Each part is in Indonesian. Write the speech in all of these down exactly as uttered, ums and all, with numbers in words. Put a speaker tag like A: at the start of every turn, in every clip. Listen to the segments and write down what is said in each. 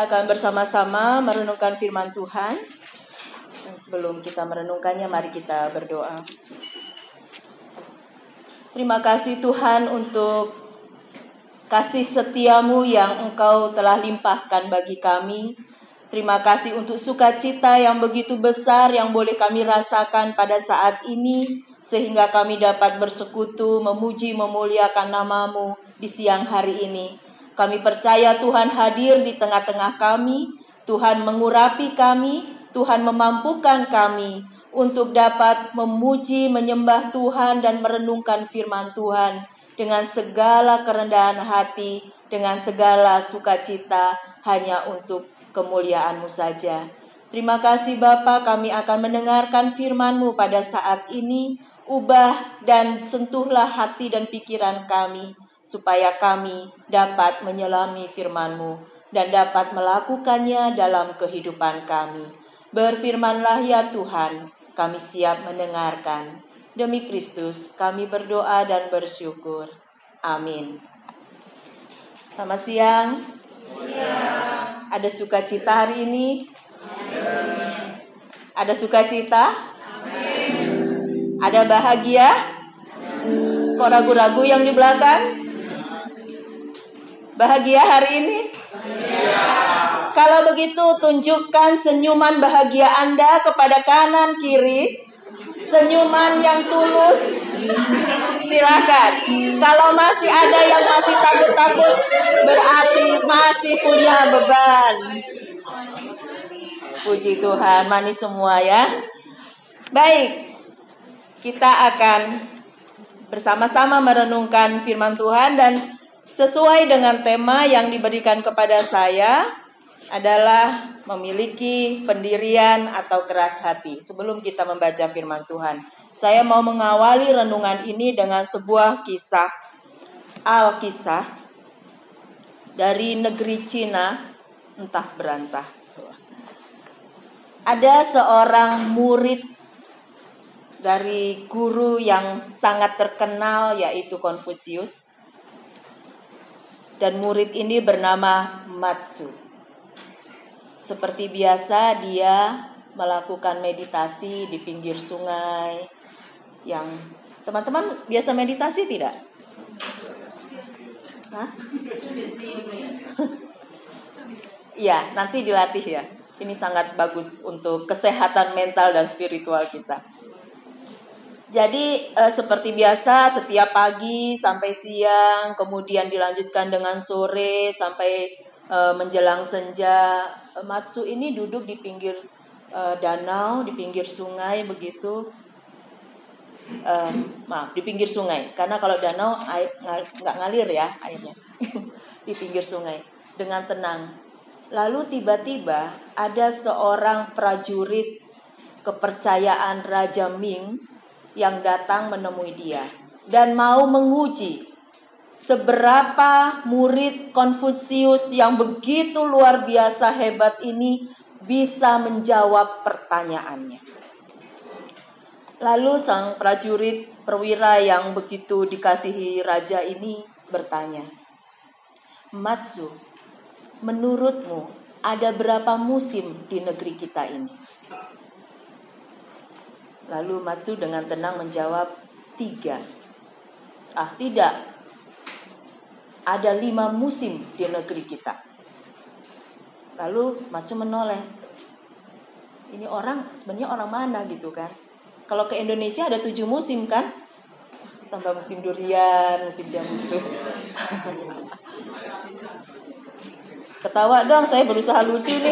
A: kita akan bersama-sama merenungkan firman Tuhan. Dan sebelum kita merenungkannya, mari kita berdoa. Terima kasih Tuhan untuk kasih setiamu yang Engkau telah limpahkan bagi kami. Terima kasih untuk sukacita yang begitu besar yang boleh kami rasakan pada saat ini, sehingga kami dapat bersekutu, memuji, memuliakan nama-Mu di siang hari ini. Kami percaya Tuhan hadir di tengah-tengah kami, Tuhan mengurapi kami, Tuhan memampukan kami untuk dapat memuji, menyembah Tuhan dan merenungkan firman Tuhan dengan segala kerendahan hati, dengan segala sukacita, hanya untuk kemuliaan-Mu saja. Terima kasih Bapa, kami akan mendengarkan firman-Mu pada saat ini. Ubah dan sentuhlah hati dan pikiran kami, supaya kami dapat menyelami firman-Mu dan dapat melakukannya dalam kehidupan kami. Berfirmanlah ya Tuhan, kami siap mendengarkan. Demi Kristus kami berdoa dan bersyukur. Amin. Selamat siang. Siang. Ada sukacita hari ini? Amin. Ada sukacita? Amin. Ada bahagia? Amin. Kok ragu-ragu yang di belakang? Bahagia hari ini? Amin. Kalau begitu tunjukkan senyuman bahagia Anda kepada kanan kiri. Senyuman yang tulus. Silakan. Kalau masih ada yang masih takut-takut, berarti masih punya beban. Puji Tuhan, manis semua ya. Baik, kita akan bersama-sama merenungkan firman Tuhan, dan sesuai dengan tema yang diberikan kepada saya adalah memiliki pendirian atau keras hati. Sebelum kita membaca firman Tuhan, saya mau mengawali renungan ini dengan sebuah kisah Alkisah dari negeri Cina entah berantah. Ada seorang murid dari guru yang sangat terkenal, yaitu Konfusius. Dan murid ini bernama Matsu. Seperti biasa dia melakukan meditasi di pinggir sungai. Yang teman-teman biasa meditasi tidak? Hah? Iya, nanti dilatih ya. Ini sangat bagus untuk kesehatan mental dan spiritual kita. Jadi eh, seperti biasa setiap pagi sampai siang, kemudian dilanjutkan dengan sore sampai eh, menjelang senja. Matsu ini duduk di pinggir eh, danau, di pinggir sungai begitu. Eh, maaf, di pinggir sungai. Karena kalau danau air nggak ngalir ya airnya. Di pinggir sungai dengan tenang. Lalu tiba-tiba ada seorang prajurit kepercayaan Raja Ming yang datang menemui dia dan mau menguji seberapa murid Konfusius yang begitu luar biasa hebat ini bisa menjawab pertanyaannya. Lalu sang prajurit perwira yang begitu dikasihi raja ini bertanya, Matsu, menurutmu ada berapa musim di negeri kita ini? Lalu Matsu dengan tenang menjawab, tiga. Ah, tidak. Ada lima musim di negeri kita. Lalu Matsu menoleh. Ini orang, sebenarnya orang mana gitu kan? Kalau ke Indonesia ada tujuh musim kan? Tambah musim durian, musim jambu. Ketawa dong, saya berusaha lucu nih.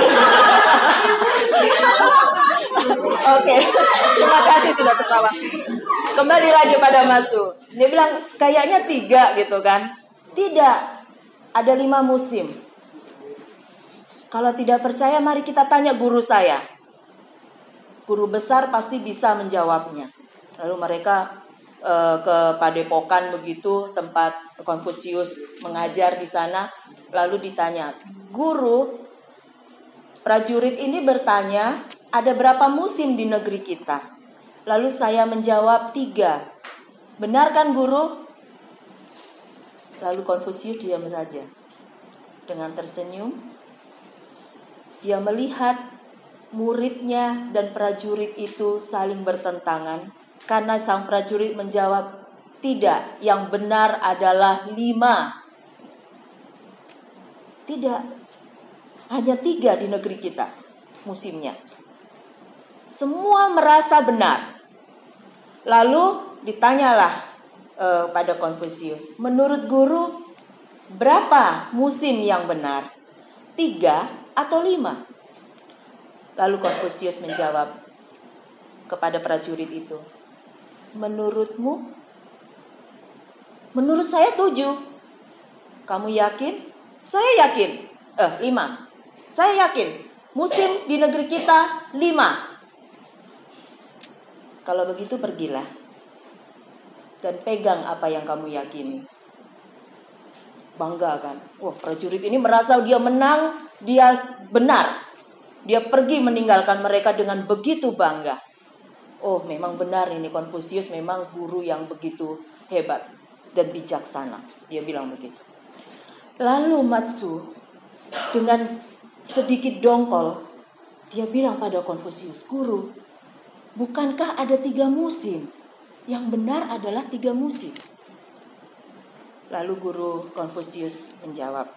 A: Oke, terima kasih sudah ketawa. Kembali lagi pada Matsu. Dia bilang kayaknya tiga gitu kan. Tidak, ada lima musim. Kalau tidak percaya mari kita tanya guru saya. Guru besar pasti bisa menjawabnya. Lalu mereka e, ke padepokan begitu, tempat Konfusius mengajar di sana. Lalu ditanya, guru, prajurit ini bertanya, ada berapa musim di negeri kita? Lalu saya menjawab tiga. Benar kan guru? Lalu Konfusius diam saja dengan tersenyum. Dia melihat muridnya dan prajurit itu saling bertentangan, karena sang prajurit menjawab, tidak, yang benar adalah lima. Tidak, hanya tiga di negeri kita musimnya. Semua merasa benar. Lalu ditanyalah eh, pada Konfusius, menurut guru berapa musim yang benar? Tiga atau lima? Lalu Konfusius menjawab kepada prajurit itu, menurutmu? Menurut saya tujuh. Kamu yakin? Saya yakin. Eh, lima. Saya yakin. Musim di negeri kita lima. Kalau begitu pergilah dan pegang apa yang kamu yakini. Bangga kan? Wah, prajurit ini merasa dia menang, dia benar. Dia pergi meninggalkan mereka dengan begitu bangga. Oh, memang benar ini Konfusius memang guru yang begitu hebat dan bijaksana. Dia bilang begitu. Lalu Matsu dengan sedikit dongkol, dia bilang pada Konfusius, guru, bukankah ada tiga musim? Yang benar adalah tiga musim. Lalu guru Konfusius menjawab,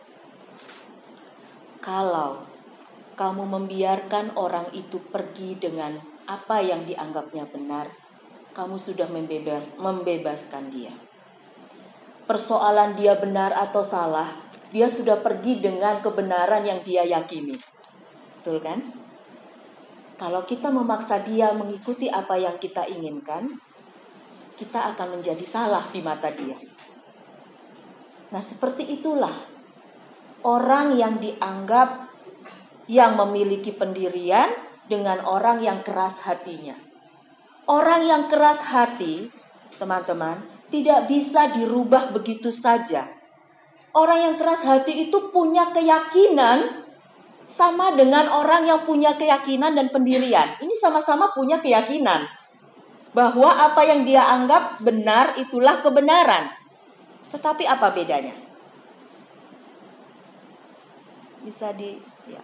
A: kalau kamu membiarkan orang itu pergi dengan apa yang dianggapnya benar, kamu sudah membebas, membebaskan dia. Persoalan dia benar atau salah, dia sudah pergi dengan kebenaran yang dia yakini. Betul kan? Kalau kita memaksa dia mengikuti apa yang kita inginkan, kita akan menjadi salah di mata dia. Nah, seperti itulah orang yang dianggap yang memiliki pendirian dengan orang yang keras hatinya. Orang yang keras hati, teman-teman, tidak bisa dirubah begitu saja. Orang yang keras hati itu punya keyakinan sama dengan orang yang punya keyakinan dan pendirian. Ini sama-sama punya keyakinan bahwa apa yang dia anggap benar itulah kebenaran. Tetapi apa bedanya? Bisa di ya.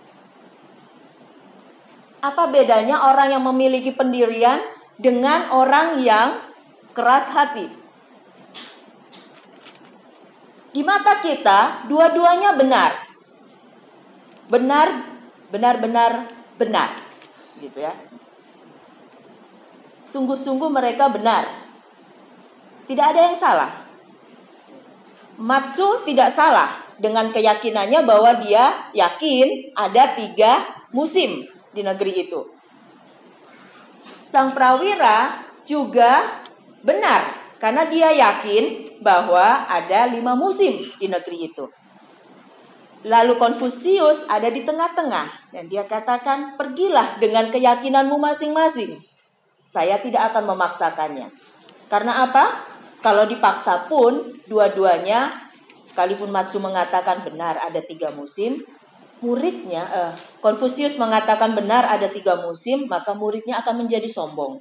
A: Apa bedanya orang yang memiliki pendirian dengan orang yang keras hati? Di mata kita, dua-duanya benar. Benar, benar-benar benar. Gitu ya. Sungguh-sungguh mereka benar. Tidak ada yang salah. Matsu tidak salah dengan keyakinannya bahwa dia yakin ada tiga musim di negeri itu. Sang Prawira juga benar karena dia yakin bahwa ada lima musim di negeri itu. Lalu Konfusius ada di tengah-tengah dan dia katakan, pergilah dengan keyakinanmu masing-masing. Saya tidak akan memaksakannya. Karena apa? Kalau dipaksa pun dua-duanya, sekalipun Matsu mengatakan benar ada tiga musim, muridnya, eh, Konfusius mengatakan benar ada tiga musim, maka muridnya akan menjadi sombong.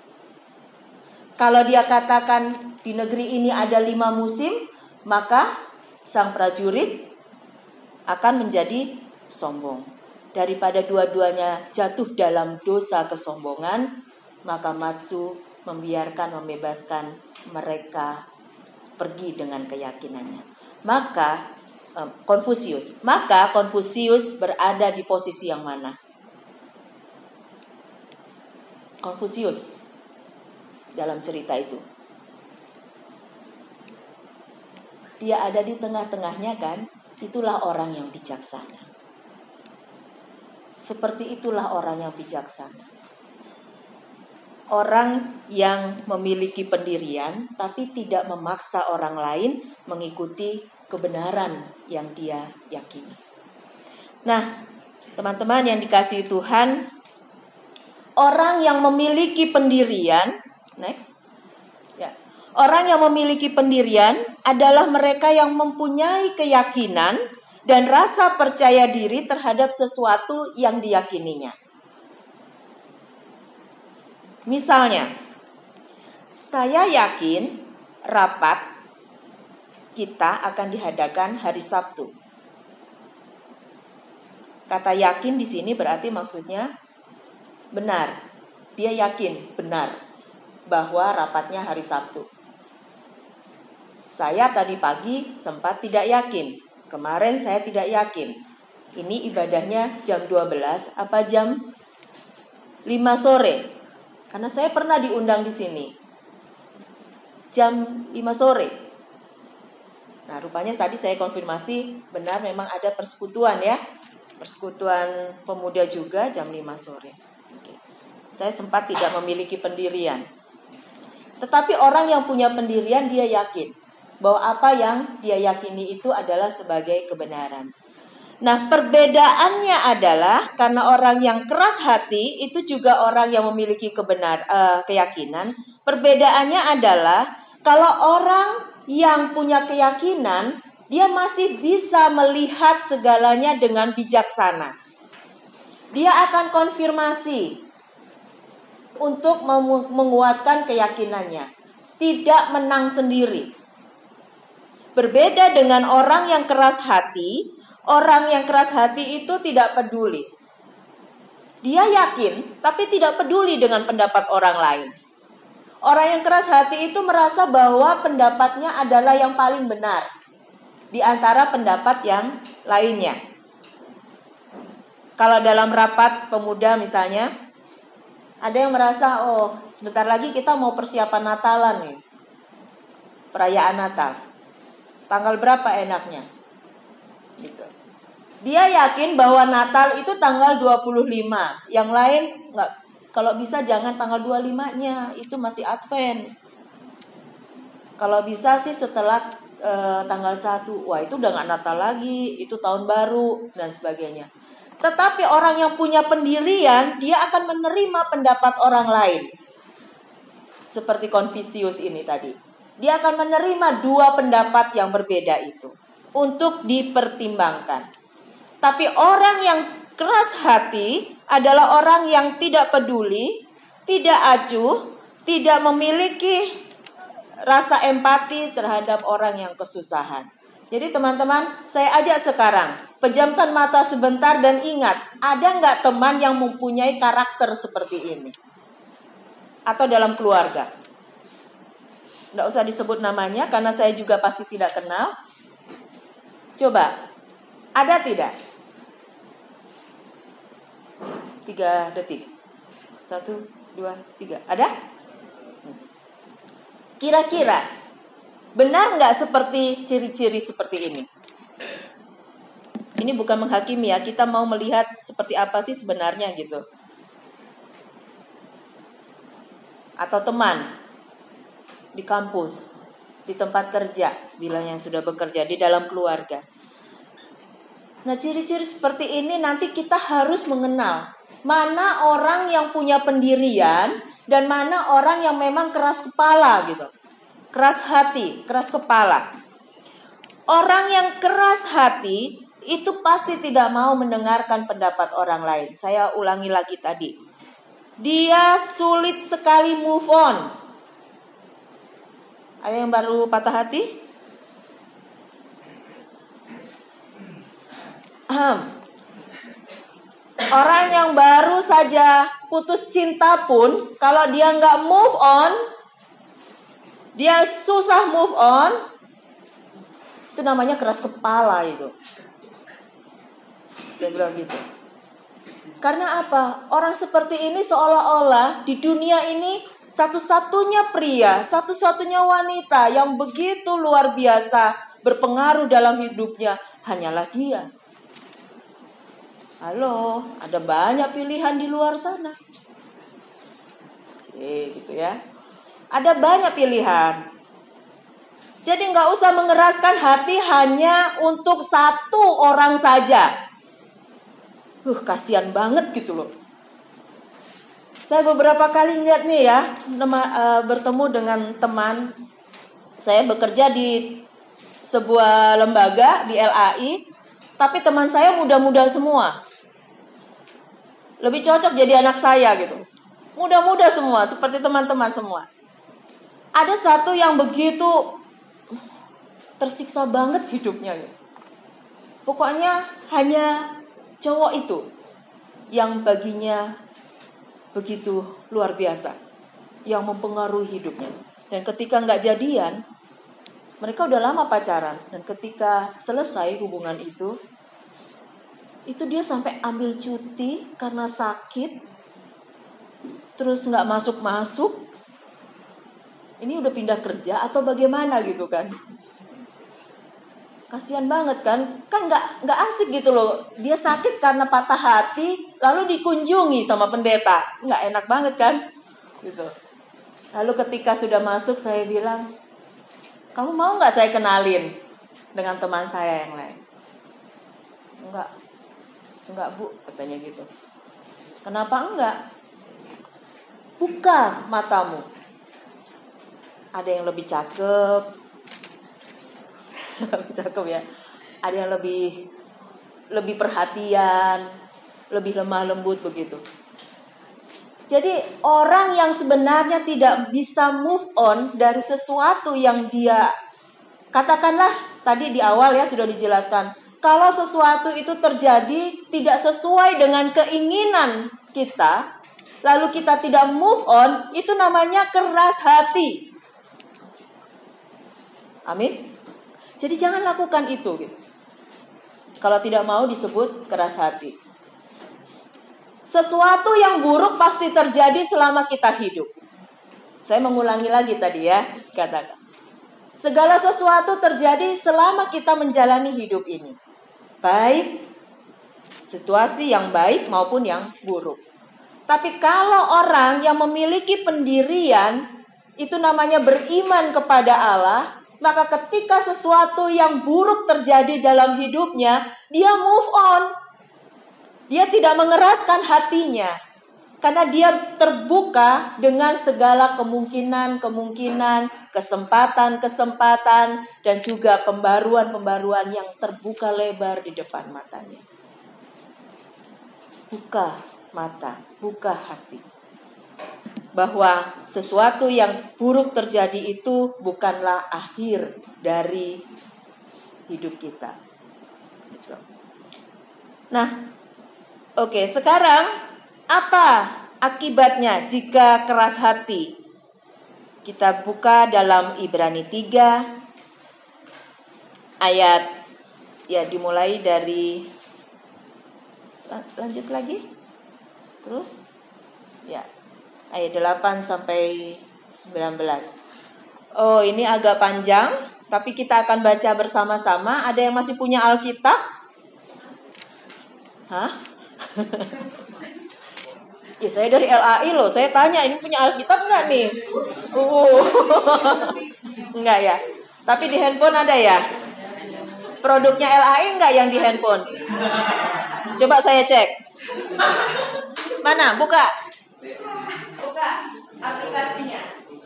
A: Kalau dia katakan di negeri ini ada lima musim, maka sang prajurit akan menjadi sombong. Daripada dua-duanya jatuh dalam dosa kesombongan, maka Matsu membiarkan, membebaskan mereka pergi dengan keyakinannya. Maka Konfusius, maka Konfusius berada di posisi yang mana? Konfusius dalam cerita itu, dia ada di tengah-tengahnya kan? Itulah orang yang bijaksana. Seperti itulah orang yang bijaksana. Orang yang memiliki pendirian tapi tidak memaksa orang lain mengikuti kebenaran yang dia yakini. Nah, teman-teman yang dikasihi Tuhan, orang yang memiliki pendirian, next. Ya. Orang yang memiliki pendirian adalah mereka yang mempunyai keyakinan dan rasa percaya diri terhadap sesuatu yang diyakininya. Misalnya, saya yakin rapat kita akan diadakan hari Sabtu. Kata yakin di sini berarti maksudnya benar. Dia yakin benar bahwa rapatnya hari Sabtu. Saya tadi pagi sempat tidak yakin. Kemarin saya tidak yakin. Ini ibadahnya jam dua belas apa jam lima sore? Karena saya pernah diundang di sini. Jam lima sore. Nah, rupanya tadi saya konfirmasi benar memang ada persekutuan ya. Persekutuan pemuda juga jam lima sore. Oke. Saya sempat tidak memiliki pendirian. Tetapi orang yang punya pendirian dia yakin bahwa apa yang dia yakini itu adalah sebagai kebenaran. Nah, perbedaannya adalah karena orang yang keras hati itu juga orang yang memiliki kebenar uh, keyakinan. Perbedaannya adalah kalau orang yang punya keyakinan, dia masih bisa melihat segalanya dengan bijaksana. Dia akan konfirmasi untuk menguatkan keyakinannya, tidak menang sendiri. Berbeda dengan orang yang keras hati, orang yang keras hati itu tidak peduli. Dia yakin, tapi tidak peduli dengan pendapat orang lain. Orang yang keras hati itu merasa bahwa pendapatnya adalah yang paling benar di antara pendapat yang lainnya. Kalau dalam rapat pemuda misalnya, ada yang merasa, oh sebentar lagi kita mau persiapan Natalan nih, perayaan Natal. Tanggal berapa enaknya? Gitu. Dia yakin bahwa Natal itu tanggal dua puluh lima. Yang lain enggak, kalau bisa jangan tanggal dua puluh lima-nya, itu masih Advent. Kalau bisa sih setelah e, tanggal satu. Wah, itu udah enggak Natal lagi, itu tahun baru dan sebagainya. Tetapi orang yang punya pendirian, dia akan menerima pendapat orang lain. Seperti Confucius ini tadi. Dia akan menerima dua pendapat yang berbeda itu untuk dipertimbangkan. Tapi orang yang keras hati adalah orang yang tidak peduli, tidak acuh, tidak memiliki rasa empati terhadap orang yang kesusahan. Jadi teman-teman, saya ajak sekarang, pejamkan mata sebentar dan ingat, ada nggak teman yang mempunyai karakter seperti ini? Atau dalam keluarga? Nggak usah disebut namanya, karena saya juga pasti tidak kenal. Coba, ada tidak? Tiga detik. Satu, dua, tiga. Ada? Kira-kira, benar nggak seperti ciri-ciri seperti ini? Ini bukan menghakimi ya, kita mau melihat seperti apa sih sebenarnya gitu. Atau teman di kampus, di tempat kerja, bila yang sudah bekerja, di dalam keluarga. Nah, ciri-ciri seperti ini nanti kita harus mengenal mana orang yang punya pendirian dan mana orang yang memang keras kepala gitu. Keras hati, keras kepala. Orang yang keras hati itu pasti tidak mau mendengarkan pendapat orang lain. Saya ulangi lagi tadi. Dia sulit sekali move on. Ada yang baru patah hati? Orang yang baru saja putus cinta pun, kalau dia nggak move on, dia susah move on, itu namanya keras kepala itu. Saya bilang gitu. Karena apa? Orang seperti ini seolah-olah di dunia ini satu-satunya pria, satu-satunya wanita yang begitu luar biasa berpengaruh dalam hidupnya hanyalah dia. Halo, ada banyak pilihan di luar sana. Jadi gitu ya. Ada banyak pilihan. Jadi nggak usah mengeraskan hati hanya untuk satu orang saja. Uh, kasihan banget gitu loh. Saya beberapa kali lihat nih ya, nema, uh, bertemu dengan teman. Saya bekerja di sebuah lembaga di L A I, tapi teman saya muda-muda semua. Lebih cocok jadi anak saya gitu. Muda-muda semua, seperti teman-teman semua. Ada satu yang begitu tersiksa banget hidupnya. Pokoknya hanya cowok itu yang baginya begitu luar biasa, yang mempengaruhi hidupnya. Dan ketika nggak jadian, mereka udah lama pacaran, dan ketika selesai hubungan itu, itu dia sampai ambil cuti karena sakit, terus nggak masuk-masuk. Ini udah pindah kerja atau bagaimana gitu kan? Kasihan banget kan? Kan nggak nggak asik gitu loh. Dia sakit karena patah hati, lalu dikunjungi sama pendeta, nggak enak banget kan? Gitu. Lalu ketika sudah masuk, saya bilang, kamu mau nggak saya kenalin dengan teman saya yang lain? Enggak, enggak bu, katanya gitu. Kenapa enggak? Buka matamu. Ada yang lebih cakep, lebih cakep ya. Ada yang lebih lebih perhatian, lebih lemah lembut begitu. Jadi orang yang sebenarnya tidak bisa move on dari sesuatu yang dia, katakanlah tadi di awal ya sudah dijelaskan, kalau sesuatu itu terjadi tidak sesuai dengan keinginan kita, lalu kita tidak move on, itu namanya keras hati. Amin. Jadi jangan lakukan itu gitu. Kalau tidak mau disebut keras hati. Sesuatu yang buruk pasti terjadi selama kita hidup. Saya mengulangi lagi tadi ya, katakan. Segala sesuatu terjadi selama kita menjalani hidup ini. Baik situasi yang baik maupun yang buruk. Tapi kalau orang yang memiliki pendirian, itu namanya beriman kepada Allah, maka ketika sesuatu yang buruk terjadi dalam hidupnya, dia move on. Dia tidak mengeraskan hatinya, karena dia terbuka dengan segala kemungkinan-kemungkinan, kesempatan-kesempatan, dan juga pembaruan-pembaruan yang terbuka lebar di depan matanya. Buka mata, buka hati. Bahwa sesuatu yang buruk terjadi itu bukanlah akhir dari hidup kita. Nah, oke, sekarang apa akibatnya jika keras hati? Kita buka dalam Ibrani tiga ayat, ya dimulai dari, lanjut lagi, terus ya ayat delapan sampai sembilan belas. Oh, ini agak panjang, tapi kita akan baca bersama-sama. Ada yang masih punya Alkitab? Hah? Ya saya dari L A I loh, saya tanya ini punya Alkitab nggak nih? Uh, Enggak ya. Tapi di handphone ada ya? Produknya L A I nggak yang di handphone? Coba saya cek. Mana? Buka. Buka aplikasinya.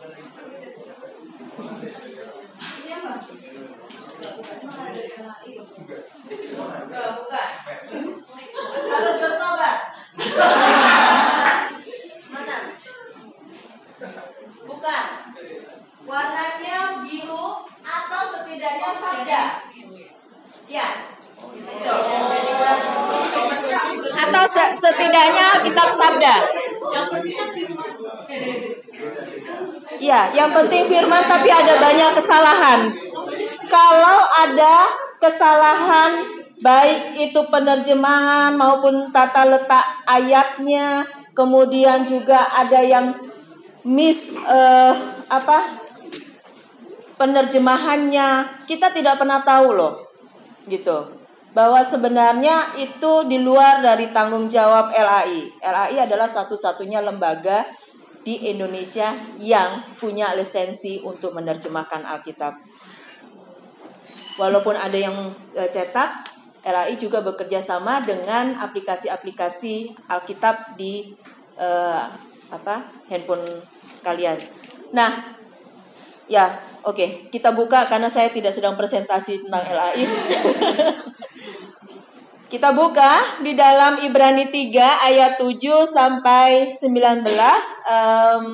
A: Buka. Harus bertobat. Mana? Bukan. Warnanya biru atau setidaknya sabda. Ya. Atau setidaknya kitab sabda. Ya, yang penting firman tapi ada banyak kesalahan. Kalau ada kesalahan, baik itu penerjemahan maupun tata letak ayatnya, kemudian juga ada yang miss uh, apa penerjemahannya, kita tidak pernah tahu loh, gitu. Bahwa sebenarnya itu di luar dari tanggung jawab L A I. L A I adalah satu-satunya lembaga di Indonesia yang punya lisensi untuk menerjemahkan Alkitab. Walaupun ada yang uh, cetak, L A I juga bekerja sama dengan aplikasi-aplikasi Alkitab di uh, apa handphone kalian. Nah, ya, oke, okay, kita buka karena saya tidak sedang presentasi tentang L A I. Kita buka di dalam Ibrani tiga ayat tujuh sampai sembilan belas um,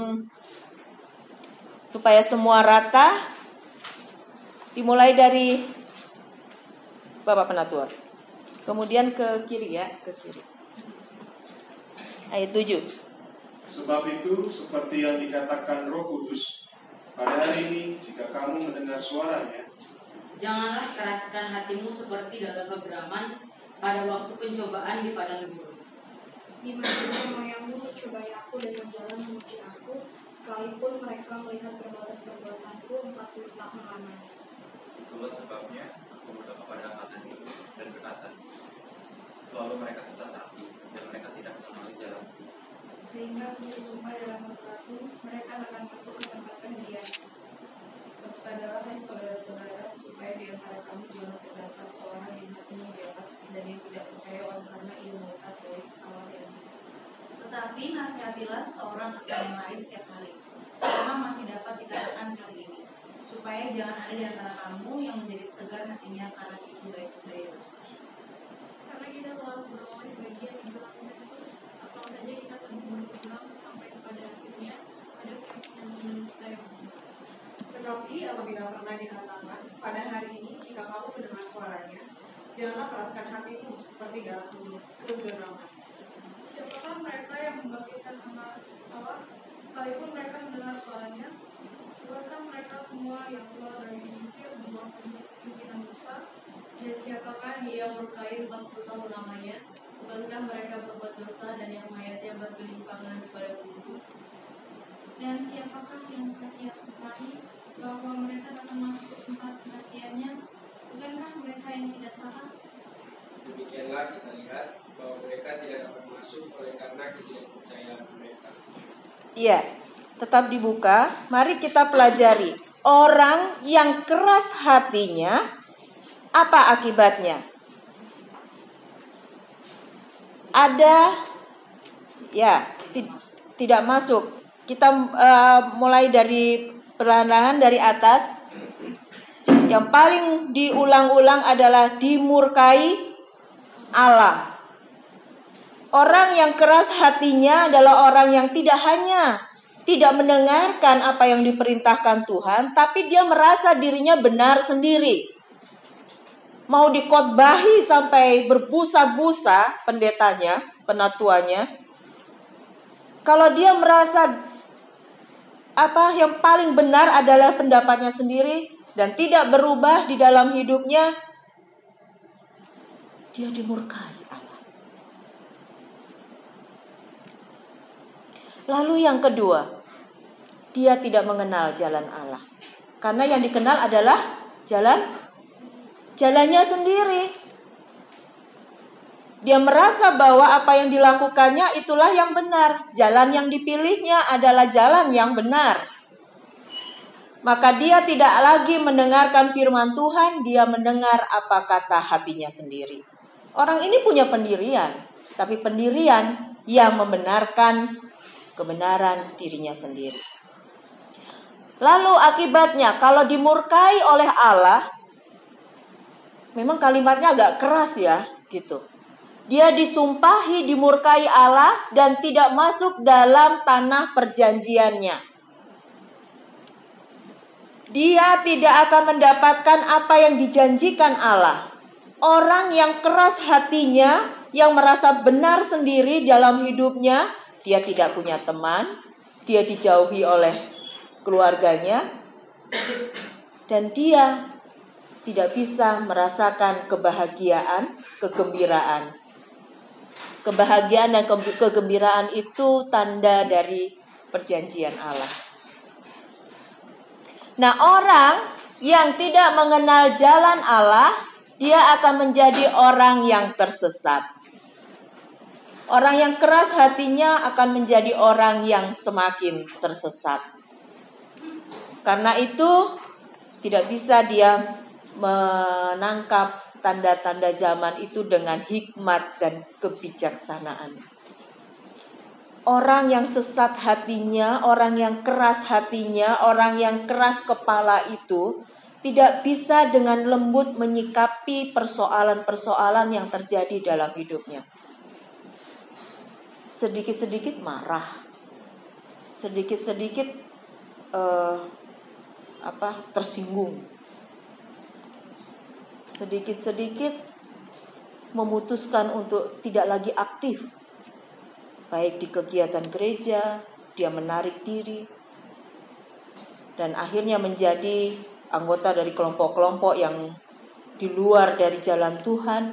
A: supaya semua rata. Dimulai dari Bapak Penatua. Kemudian ke kiri ya, ke kiri. Ayat tujuh.
B: Sebab itu, seperti yang dikatakan Roh Kudus, pada hari ini jika kamu mendengar suaranya,
C: janganlah keraskan hatimu seperti dalam kegeraman pada waktu pencobaan di padang gurun.
D: Di mana moyangmu mencobai aku dengan jalan memuji aku, sekalipun mereka melihat perbuatan-perbuatanku empat puluh tahun lamanya.
E: Itulah sebabnya aku berdoa kepada anak itu dan berkata, selalu mereka sesat hati dan mereka tidak mengenali jalan.
D: Sehingga aku bersumpah dalam hatiku, mereka akan masuk ke tempat pendidikan.
F: Waspadalah hai saudara-saudara, supaya di antara kamu jangan terdapat seorang yang hatinya jahat dan yang tidak percaya oleh karena ia murtad dari Allah yang hidup.
G: Tetapi nasihatilah seorang akan yang lain setiap hari, selama masih dapat dikatakan hari ini, supaya jangan ada di antara kamu yang menjadi tegar hatinya karena tipu daya dosa.
D: Karena kita telah beroleh bagian di dalam Kristus, asal saja kita terburu pulang sampai kepada akhirnya ada keyakinan kita yang sama.
G: Tetapi apabila pernah dikatakan, pada hari ini jika kamu mendengar suaranya, janganlah keraskan hatimu seperti dalam kegeraman.
D: Siapakah mereka yang membangkitkan amal Allah, sekalipun mereka mendengar suaranya? Bukankah mereka semua yang keluar dari Mesir di bawah pimpinan Musa?
G: Dan siapakah dia murkai empat puluh tahun lamanya? Bukankah mereka berbuat dosa dan yang mayatnya bergelimpangan kepada bumi? Dan siapakah yang telah ia sumpahi bahwa mereka akan masuk ke tempat perhatiannya? Bukankah mereka yang tidak taat?
H: Demikianlah kita lihat bahwa mereka tidak dapat masuk oleh karena ketidakpercayaan mereka.
A: Iya, tetap dibuka. Mari kita pelajari. Orang yang keras hatinya, apa akibatnya? Ada, ya, ti- tidak masuk. Kita uh, mulai dari perlahan dari atas. Yang paling diulang-ulang adalah dimurkai Allah. Orang yang keras hatinya adalah orang yang tidak hanya tidak mendengarkan apa yang diperintahkan Tuhan, tapi dia merasa dirinya benar sendiri. Mau dikhotbahi sampai berbusa-busa pendetanya, penatuannya. Kalau dia merasa apa yang paling benar adalah pendapatnya sendiri dan tidak berubah di dalam hidupnya, dia dimurkai Allah. Lalu yang kedua, dia tidak mengenal jalan Allah. Karena yang dikenal adalah jalan jalannya sendiri. Dia merasa bahwa apa yang dilakukannya itulah yang benar. Jalan yang dipilihnya adalah jalan yang benar. Maka dia tidak lagi mendengarkan firman Tuhan, dia mendengar apa kata hatinya sendiri. Orang ini punya pendirian, tapi pendirian yang membenarkan kebenaran dirinya sendiri. Lalu akibatnya, kalau dimurkai oleh Allah, memang kalimatnya agak keras ya, gitu. Dia disumpahi dimurkai Allah dan tidak masuk dalam tanah perjanjiannya. Dia tidak akan mendapatkan apa yang dijanjikan Allah. Orang yang keras hatinya, yang merasa benar sendiri dalam hidupnya, dia tidak punya teman, dia dijauhi oleh keluarganya, dan dia tidak bisa merasakan kebahagiaan, kegembiraan. Kebahagiaan dan kegembiraan itu tanda dari perjanjian Allah. Nah, orang yang tidak mengenal jalan Allah, dia akan menjadi orang yang tersesat. Orang yang keras hatinya akan menjadi orang yang semakin tersesat. Karena itu tidak bisa dia menangkap tanda-tanda zaman itu dengan hikmat dan kebijaksanaan. Orang yang sesat hatinya, orang yang keras hatinya, orang yang keras kepala itu tidak bisa dengan lembut menyikapi persoalan-persoalan yang terjadi dalam hidupnya. Sedikit-sedikit marah, sedikit-sedikit uh, apa tersinggung, sedikit-sedikit memutuskan untuk tidak lagi aktif, baik di kegiatan gereja, dia menarik diri, dan akhirnya menjadi anggota dari kelompok-kelompok yang di luar dari jalan Tuhan.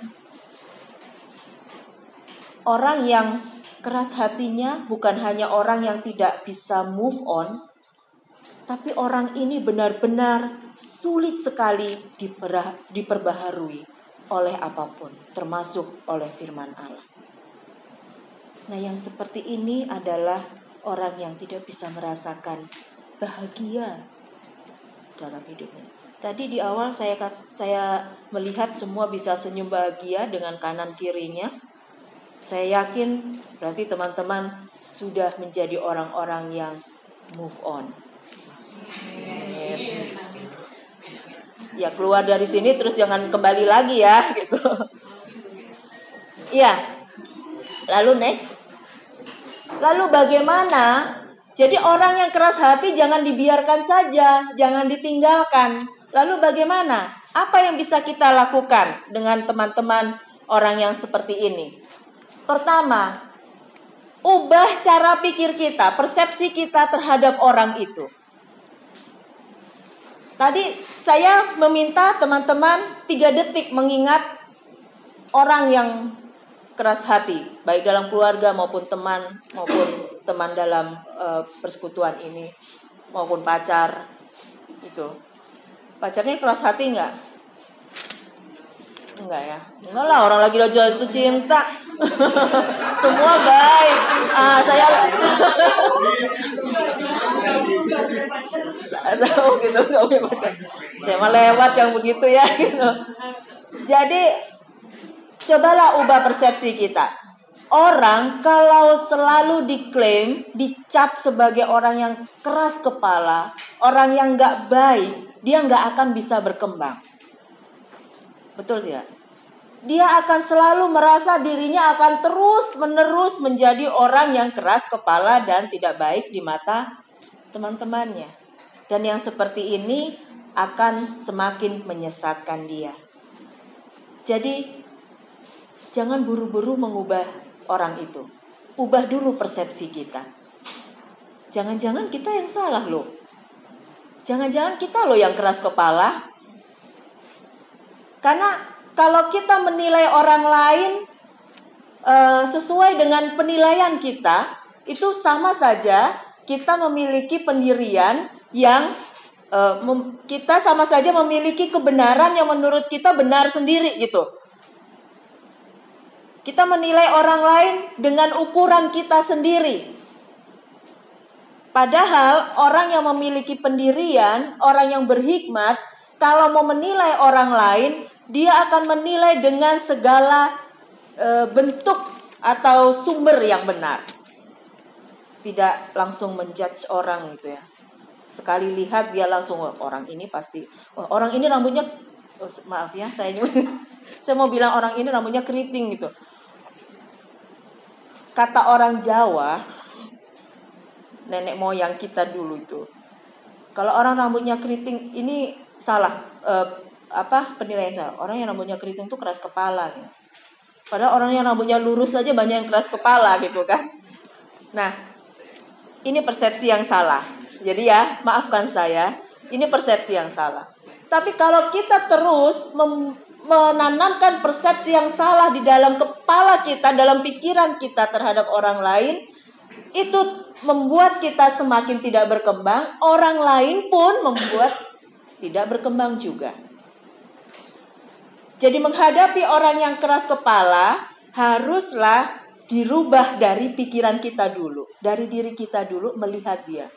A: Orang yang keras hatinya bukan hanya orang yang tidak bisa move on, tapi orang ini benar-benar sulit sekali diperah, diperbaharui oleh apapun, termasuk oleh firman Allah. Nah, yang seperti ini adalah orang yang tidak bisa merasakan bahagia dalam hidupnya. Tadi di awal saya saya melihat semua bisa senyum bahagia dengan kanan kirinya. Saya yakin berarti teman-teman sudah menjadi orang-orang yang move on. Ya, keluar dari sini terus jangan kembali lagi ya gitu. Iya. Lalu next. Lalu bagaimana? Jadi orang yang keras hati jangan dibiarkan saja, jangan ditinggalkan. Lalu bagaimana? Apa yang bisa kita lakukan dengan teman-teman orang yang seperti ini? Pertama, ubah cara pikir kita, persepsi kita terhadap orang itu. Tadi saya meminta teman-teman tiga detik mengingat orang yang keras hati, baik dalam keluarga maupun teman, maupun teman dalam uh, persekutuan ini, maupun pacar. Itu. Pacarnya keras hati enggak? Enggak ya? Enggak lah, orang lagi jatuh cinta. Semua baik. Ah, saya saya gitu enggak punya pacar. Saya mah lewat yang begitu ya gitu. Jadi cobalah ubah persepsi kita. Orang kalau selalu diklaim, dicap sebagai orang yang keras kepala, orang yang enggak baik, dia enggak akan bisa berkembang. Betul tidak? Dia akan selalu merasa dirinya akan terus-menerus menjadi orang yang keras kepala dan tidak baik di mata teman-temannya. Dan yang seperti ini akan semakin menyesatkan dia. Jadi, jangan buru-buru mengubah orang itu. Ubah dulu persepsi kita. Jangan-jangan kita yang salah loh. Jangan-jangan kita loh yang keras kepala. Karena kalau kita menilai orang lain uh, sesuai dengan penilaian kita, itu sama saja kita memiliki pendirian yang uh, mem- kita sama saja memiliki kebenaran yang menurut kita benar sendiri gitu. Kita menilai orang lain dengan ukuran kita sendiri. Padahal orang yang memiliki pendirian, orang yang berhikmat, kalau mau menilai orang lain, dia akan menilai dengan segala e, bentuk atau sumber yang benar. Tidak langsung menjudge orang gitu ya. Sekali lihat dia langsung, oh, orang ini pasti, oh, orang ini rambutnya, oh, maaf ya, saya saya mau bilang orang ini rambutnya keriting gitu. Kata orang Jawa, nenek moyang kita dulu itu, kalau orang rambutnya keriting ini salah. E, apa penilaian saya, orang yang rambutnya keriting itu keras kepala gitu. Padahal orang yang rambutnya lurus saja banyak yang keras kepala gitu kan. Nah, ini persepsi yang salah. Jadi ya, maafkan saya, ini persepsi yang salah. Tapi kalau kita terus mem- menanamkan persepsi yang salah di dalam kepala kita, dalam pikiran kita terhadap orang lain, itu membuat kita semakin tidak berkembang, orang lain pun membuat tidak berkembang juga. Jadi menghadapi orang yang keras kepala haruslah dirubah dari pikiran kita dulu, dari diri kita dulu melihat dia.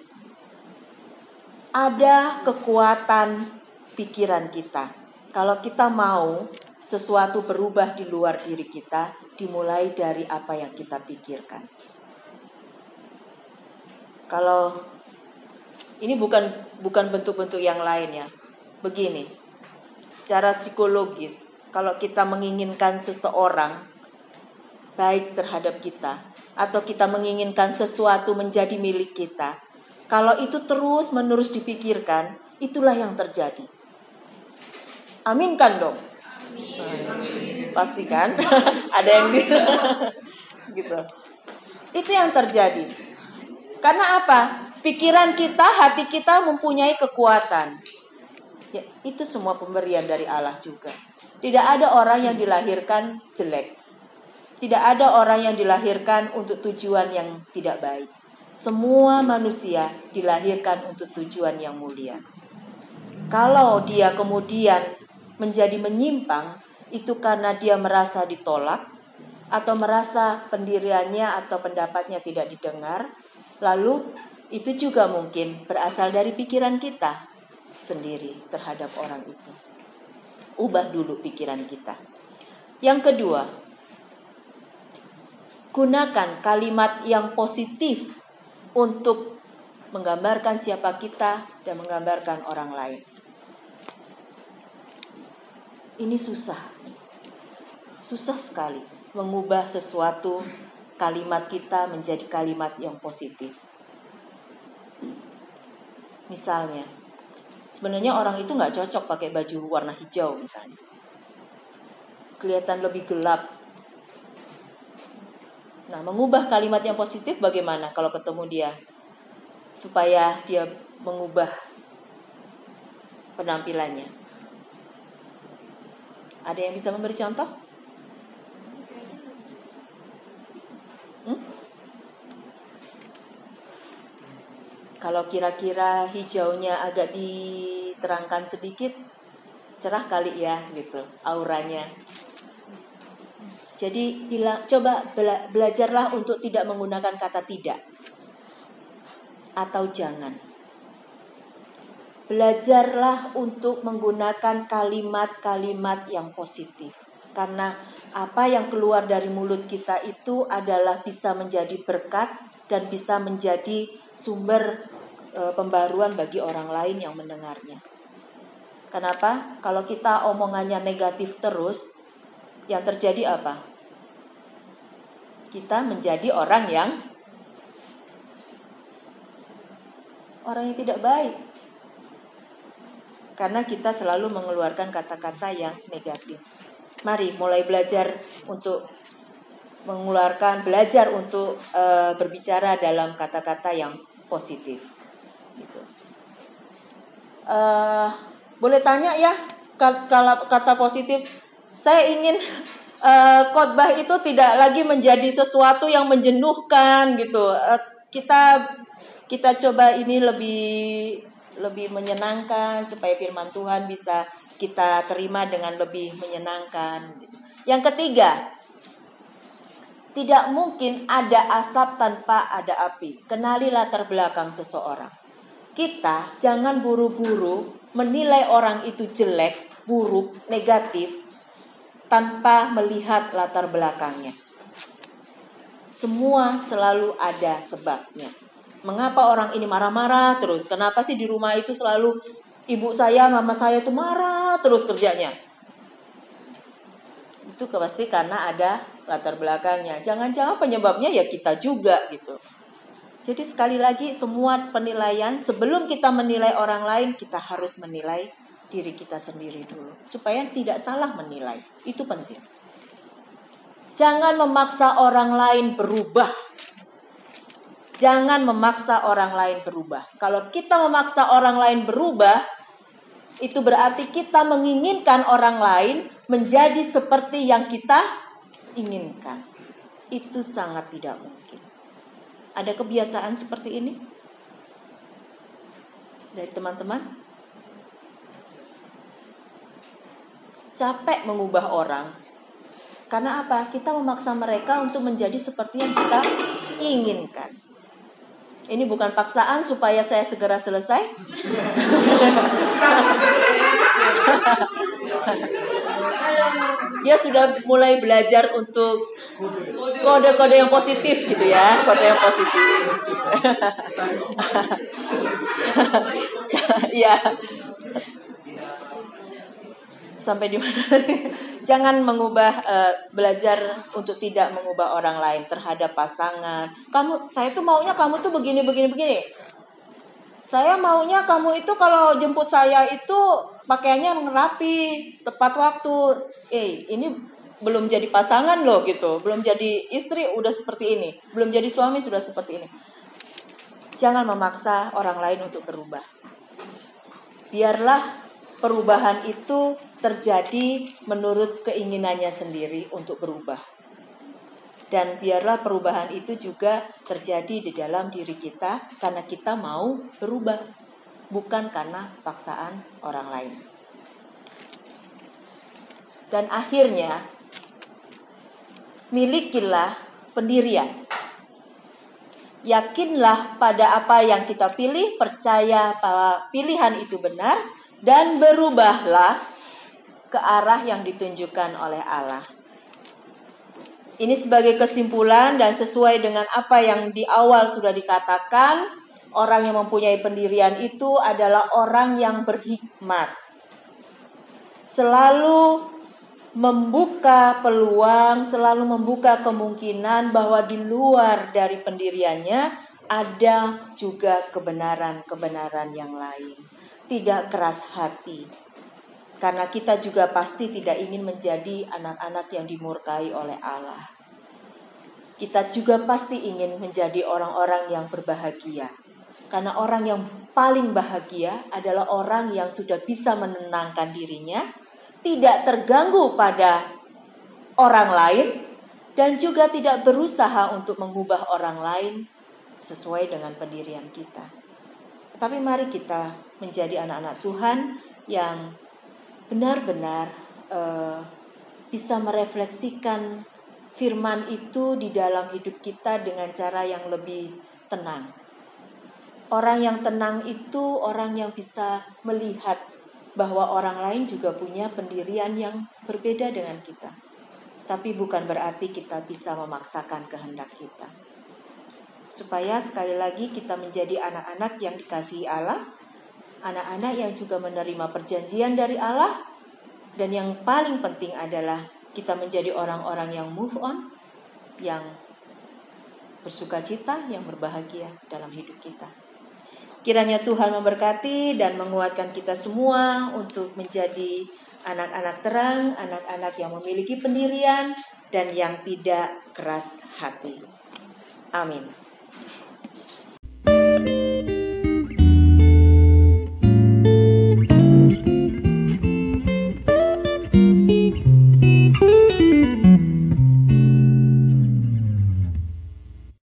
A: Ada kekuatan pikiran kita. Kalau kita mau sesuatu berubah di luar diri kita, dimulai dari apa yang kita pikirkan. Kalau ini bukan bukan bentuk-bentuk yang lain ya. Begini. Secara psikologis, kalau kita menginginkan seseorang baik terhadap kita, atau kita menginginkan sesuatu menjadi milik kita, kalau itu terus menerus dipikirkan, itulah yang terjadi. Amin kan dong? Amin. pasti kan? Ada yang di gitu. Itu yang terjadi. Karena apa? Pikiran kita, hati kita mempunyai kekuatan. Ya, itu semua pemberian dari Allah juga. Tidak ada orang yang dilahirkan jelek. Tidak ada orang yang dilahirkan untuk tujuan yang tidak baik. Semua manusia dilahirkan untuk tujuan yang mulia. Kalau dia kemudian menjadi menyimpang, itu karena dia merasa ditolak, atau merasa pendiriannya atau pendapatnya tidak didengar. Lalu itu juga mungkin berasal dari pikiran kita sendiri terhadap orang itu. Ubah dulu pikiran kita. Yang kedua, gunakan kalimat yang positif untuk menggambarkan siapa kita dan menggambarkan orang lain. Ini susah. Susah sekali mengubah sesuatu kalimat kita menjadi kalimat yang positif. Misalnya, sebenarnya orang itu nggak cocok pakai baju warna hijau misalnya. Kelihatan lebih gelap. Nah, mengubah kalimat yang positif bagaimana kalau ketemu dia? Supaya dia mengubah penampilannya. Ada yang bisa memberi contoh? Hmm? Kalau kira-kira hijaunya agak diterangkan sedikit, cerah kali ya gitu auranya. Jadi bilang, coba bela, belajarlah untuk tidak menggunakan kata tidak atau jangan. Belajarlah untuk menggunakan kalimat-kalimat yang positif. Karena apa yang keluar dari mulut kita itu adalah bisa menjadi berkat dan bisa menjadi sumber e, pembaruan bagi orang lain yang mendengarnya. Kenapa? Kalau kita omongannya negatif terus, yang terjadi apa? Kita menjadi orang yang orang yang tidak baik. Karena kita selalu mengeluarkan kata-kata yang negatif. Mari mulai belajar untuk mengeluarkan, belajar untuk uh, berbicara dalam kata-kata yang positif. Gitu. Uh, boleh tanya ya, kalau kata positif, saya ingin uh, khotbah itu tidak lagi menjadi sesuatu yang menjenuhkan gitu. Uh, kita kita coba ini lebih lebih menyenangkan supaya firman Tuhan bisa kita terima dengan lebih menyenangkan. Yang ketiga, tidak mungkin ada asap tanpa ada api. Kenali latar belakang seseorang. Kita jangan buru-buru menilai orang itu jelek, buruk, negatif tanpa melihat latar belakangnya. Semua selalu ada sebabnya. Mengapa orang ini marah-marah terus? Kenapa sih di rumah itu selalu ibu saya, mama saya itu marah terus kerjanya? Itu pasti karena ada latar belakangnya. Jangan-jangan penyebabnya ya kita juga gitu. Jadi sekali lagi semua penilaian, sebelum kita menilai orang lain, kita harus menilai diri kita sendiri dulu. Supaya tidak salah menilai. Itu penting. Jangan memaksa orang lain berubah. Jangan memaksa orang lain berubah. Kalau kita memaksa orang lain berubah, itu berarti kita menginginkan orang lain menjadi seperti yang kita inginkan. Itu sangat tidak mungkin. Ada kebiasaan seperti ini dari teman-teman? Capek mengubah orang. Karena apa? Kita memaksa mereka untuk menjadi seperti yang kita inginkan. Ini bukan paksaan supaya saya segera selesai. Dia sudah mulai belajar untuk kode-kode yang positif gitu ya, kode yang positif. Iya. Sampai di mana? Jangan mengubah, uh, belajar untuk tidak mengubah orang lain terhadap pasangan. Kamu, saya tuh maunya kamu tuh begini, begini, begini. Saya maunya kamu itu kalau jemput saya itu pakaiannya rapi, tepat waktu. Eh, ini belum jadi pasangan loh gitu, belum jadi istri udah seperti ini, belum jadi suami sudah seperti ini. Jangan memaksa orang lain untuk berubah. Biarlah perubahan itu terjadi menurut keinginannya sendiri untuk berubah. Dan biarlah perubahan itu juga terjadi di dalam diri kita karena kita mau berubah, bukan karena paksaan orang lain. Dan akhirnya, milikilah pendirian. Yakinlah pada apa yang kita pilih, percaya bahwa pilihan itu benar, dan berubahlah ke arah yang ditunjukkan oleh Allah. Ini sebagai kesimpulan dan sesuai dengan apa yang di awal sudah dikatakan, orang yang mempunyai pendirian itu adalah orang yang berhikmat. Selalu membuka peluang, selalu membuka kemungkinan bahwa di luar dari pendiriannya ada juga kebenaran-kebenaran yang lain. Tidak keras hati. Karena kita juga pasti tidak ingin menjadi anak-anak yang dimurkai oleh Allah. Kita juga pasti ingin menjadi orang-orang yang berbahagia. Karena orang yang paling bahagia adalah orang yang sudah bisa menenangkan dirinya, tidak terganggu pada orang lain, dan juga tidak berusaha untuk mengubah orang lain sesuai dengan pendirian kita. Tapi mari kita menjadi anak-anak Tuhan yang benar-benar uh, bisa merefleksikan firman itu di dalam hidup kita dengan cara yang lebih tenang. Orang yang tenang itu orang yang bisa melihat bahwa orang lain juga punya pendirian yang berbeda dengan kita. Tapi bukan berarti kita bisa memaksakan kehendak kita. Supaya sekali lagi kita menjadi anak-anak yang dikasihi Allah, anak-anak yang juga menerima perjanjian dari Allah, dan yang paling penting adalah kita menjadi orang-orang yang move on, yang bersukacita, yang berbahagia dalam hidup kita. Kiranya Tuhan memberkati dan menguatkan kita semua untuk menjadi anak-anak terang, anak-anak yang memiliki pendirian dan yang tidak keras hati. Amin.